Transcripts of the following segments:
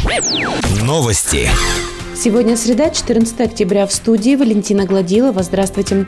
Новости. Сегодня среда, 14 октября. В студии Валентина Гладилова. Здравствуйте.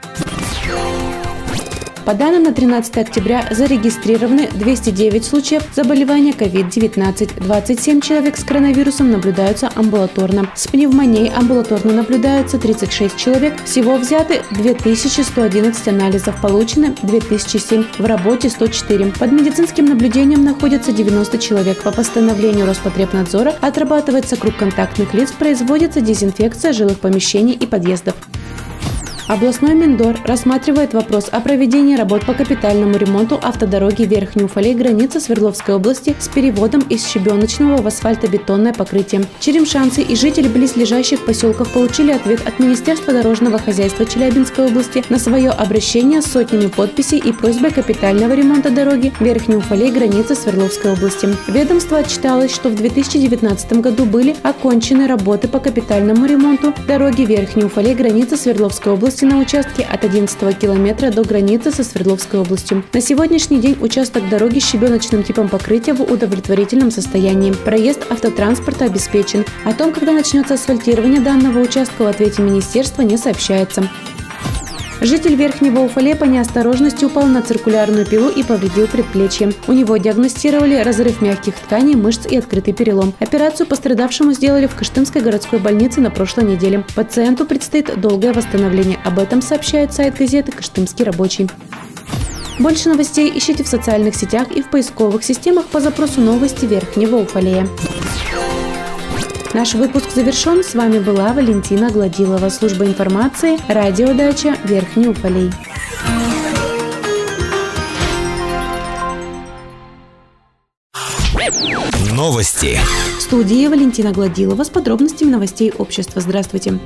По данным на 13 октября зарегистрированы 209 случаев заболевания COVID-19. 27 человек с коронавирусом наблюдаются амбулаторно. С пневмонией амбулаторно наблюдаются 36 человек. Всего взяты 2111 анализов, получены 2007, в работе 104. Под медицинским наблюдением находятся 90 человек. По постановлению Роспотребнадзора отрабатывается круг контактных лиц, производится дезинфекция жилых помещений и подъездов. Областной Миндор рассматривает вопрос о проведении работ по капитальному ремонту автодороги Верхний Уфалей, граница Свердловской области, с переводом из щебеночного в асфальтобетонное покрытие. Черемшанцы и жители близлежащих поселков получили ответ от Министерства дорожного хозяйства Челябинской области на свое обращение с сотнями подписей и просьбой капитального ремонта дороги Верхний Уфалей, граница Свердловской области. Ведомство отчиталось, что в 2019 году были окончены работы по капитальному ремонту дороги Верхний Уфалей, граница Свердловской области, на участке от 11 километра до границы со Свердловской областью. На сегодняшний день участок дороги с щебеночным типом покрытия в удовлетворительном состоянии. Проезд автотранспорта обеспечен. О том, когда начнется асфальтирование данного участка, в ответе министерства не сообщается. Житель Верхнего Уфалея по неосторожности упал на циркулярную пилу и повредил предплечье. У него диагностировали разрыв мягких тканей, мышц и открытый перелом. Операцию пострадавшему сделали в Кыштымской городской больнице на прошлой неделе. Пациенту предстоит долгое восстановление. Об этом сообщает сайт газеты «Кыштымский рабочий». Больше новостей ищите в социальных сетях и в поисковых системах по запросу «Новости Верхнего Уфалея». Наш выпуск завершен. С вами была Валентина Гладилова. Служба информации, радиодача Верхний Уфалей. Новости. В студии Валентина Гладилова с подробностями новостей общества. Здравствуйте.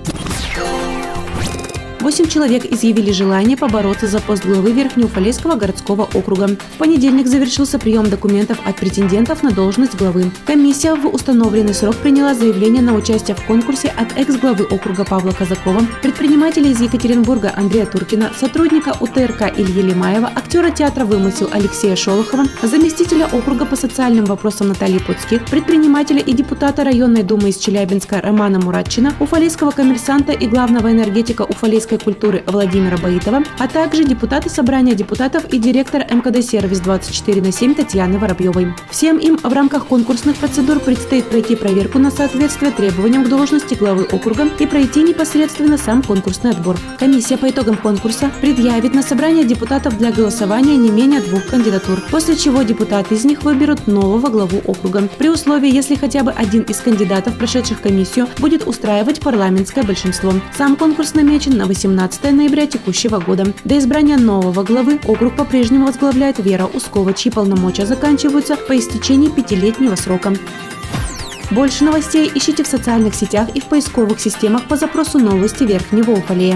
8 человек изъявили желание побороться за пост главы Верхнеуфалейского городского округа. В понедельник завершился прием документов от претендентов на должность главы. Комиссия в установленный срок приняла заявление на участие в конкурсе от экс-главы округа Павла Казакова, предпринимателя из Екатеринбурга Андрея Туркина, сотрудника УТРК Ильи Лимаева, актера театра «Вымысел» Алексея Шолохова, заместителя округа по социальным вопросам Натальи Пуцких, предпринимателя и депутата районной думы из Челябинска Романа Муратчина, уфалейского коммерсанта и главного энергетика уфалейской культуры Владимира Баитова, а также депутата Собрания депутатов и директор МКД-сервис 24/7 Татьяны Воробьевой. Всем им в рамках конкурсных процедур предстоит пройти проверку на соответствие требованиям к должности главы округа и пройти непосредственно сам конкурсный отбор. Комиссия по итогам конкурса предъявит на собрание депутатов для голосования не менее 2 кандидатур, после чего депутаты из них выберут нового главу округа, при условии, если хотя бы один из кандидатов, прошедших комиссию, будет устраивать парламентское большинство. Сам конкурс намечен на 18 ноября текущего года. До избрания нового главы округ по-прежнему возглавляет Вера Ускова, чьи полномочия заканчиваются по истечении 5-летнего срока. Больше новостей ищите в социальных сетях и в поисковых системах по запросу «Новости Верхнего Уфалея».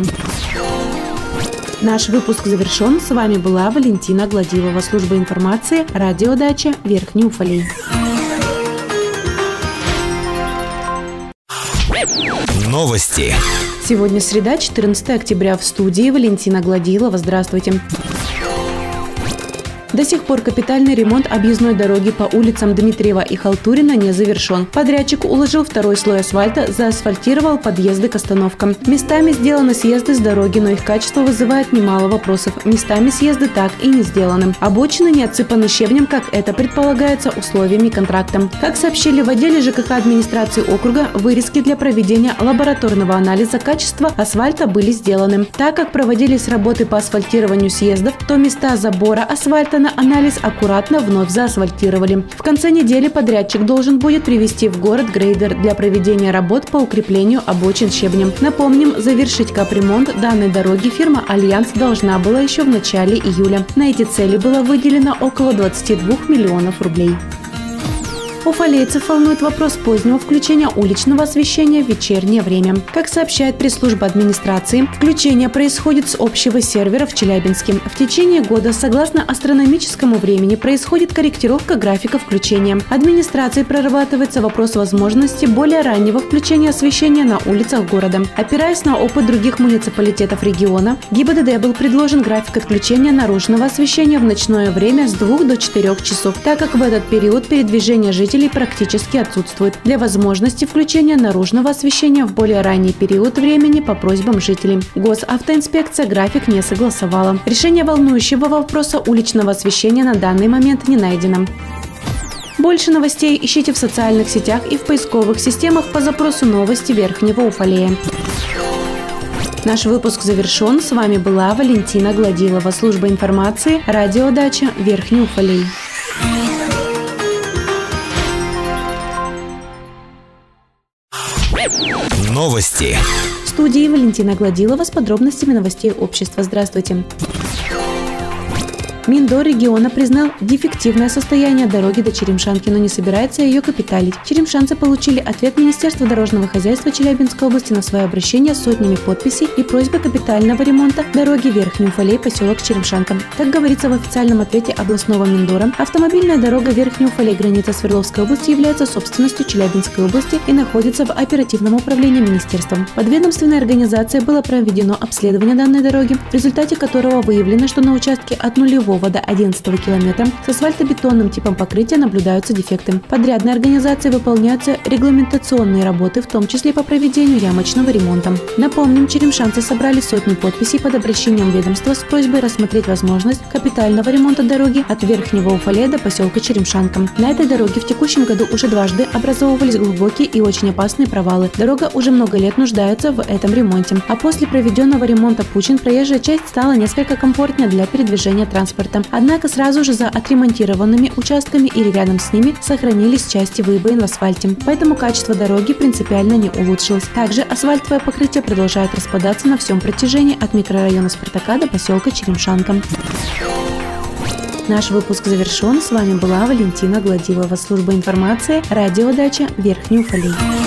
Наш выпуск завершен. С вами была Валентина Гладилова. Служба информации, радиодача Верхний Уфалей. Новости. Сегодня среда, 14 октября. В студии Валентина Гладилова. Здравствуйте. До сих пор капитальный ремонт объездной дороги по улицам Дмитриева и Халтурина не завершен. Подрядчик уложил второй слой асфальта, заасфальтировал подъезды к остановкам. Местами сделаны съезды с дороги, но их качество вызывает немало вопросов. Местами съезды так и не сделаны. Обочины не отсыпаны щебнем, как это предполагается условиями контракта. Как сообщили в отделе ЖКХ администрации округа, вырезки для проведения лабораторного анализа качества асфальта были сделаны. Так как проводились работы по асфальтированию съездов, то места забора асфальта на анализ аккуратно вновь заасфальтировали. В конце недели подрядчик должен будет привезти в город грейдер для проведения работ по укреплению обочин щебнем. Напомним, завершить капремонт данной дороги фирма «Альянс» должна была еще в начале июля. На эти цели было выделено около 22 миллионов рублей. Уфалейцев волнует вопрос позднего включения уличного освещения в вечернее время. Как сообщает пресс-служба администрации, включение происходит с общего сервера в Челябинске. В течение года, согласно астрономическому времени, происходит корректировка графика включения. Администрацией прорабатывается вопрос возможности более раннего включения освещения на улицах города. Опираясь на опыт других муниципалитетов региона, ГИБДД был предложен график отключения наружного освещения в ночное время с 2 до 4 часов, так как в этот период передвижение жителей жителей практически отсутствует для возможности включения наружного освещения в более ранний период времени по просьбам жителей. Госавтоинспекция график не согласовала. Решение волнующего вопроса уличного освещения на данный момент не найдено. Больше новостей ищите в социальных сетях и в поисковых системах по запросу «Новости Верхнего Уфалея». Наш выпуск завершен. С вами была Валентина Гладилова. Служба информации. Радиодача Верхний Уфалей. Новости. В студии Валентина Гладилова с подробностями новостей общества. Здравствуйте. Миндор региона признал дефективное состояние дороги до Черемшанки, но не собирается ее капиталить. Черемшанцы получили ответ Министерства дорожного хозяйства Челябинской области на свое обращение с сотнями подписей и просьбой капитального ремонта дороги Верхний Уфалей, поселок Черемшанка. Как говорится в официальном ответе областного Миндора, автомобильная дорога Верхний Уфалей, граница Свердловской области, является собственностью Челябинской области и находится в оперативном управлении министерства. Подведомственной организацией было проведено обследование данной дороги, в результате которого выявлено, что на участке от 0 до 11 километра с асфальтобетонным типом покрытия наблюдаются дефекты. Подрядной организацией выполняются регламентационные работы, в том числе по проведению ямочного ремонта. Напомним, черемшанцы собрали сотни подписей под обращением ведомства с просьбой рассмотреть возможность капитального ремонта дороги от Верхнего Уфалея до поселка Черемшанка. На этой дороге в текущем году уже дважды образовывались глубокие и очень опасные провалы. Дорога уже много лет нуждается в этом ремонте. А после проведенного ремонта Пучин проезжая часть стала несколько комфортнее для передвижения транспорта. Однако сразу же за отремонтированными участками или рядом с ними сохранились части выбоин в асфальте. Поэтому качество дороги принципиально не улучшилось. Также асфальтовое покрытие продолжает распадаться на всем протяжении от микрорайона Спартака до поселка Черемшанка. Наш выпуск завершен. С вами была Валентина Гладилова. Служба информации. Радиодача Верхний Уфалей.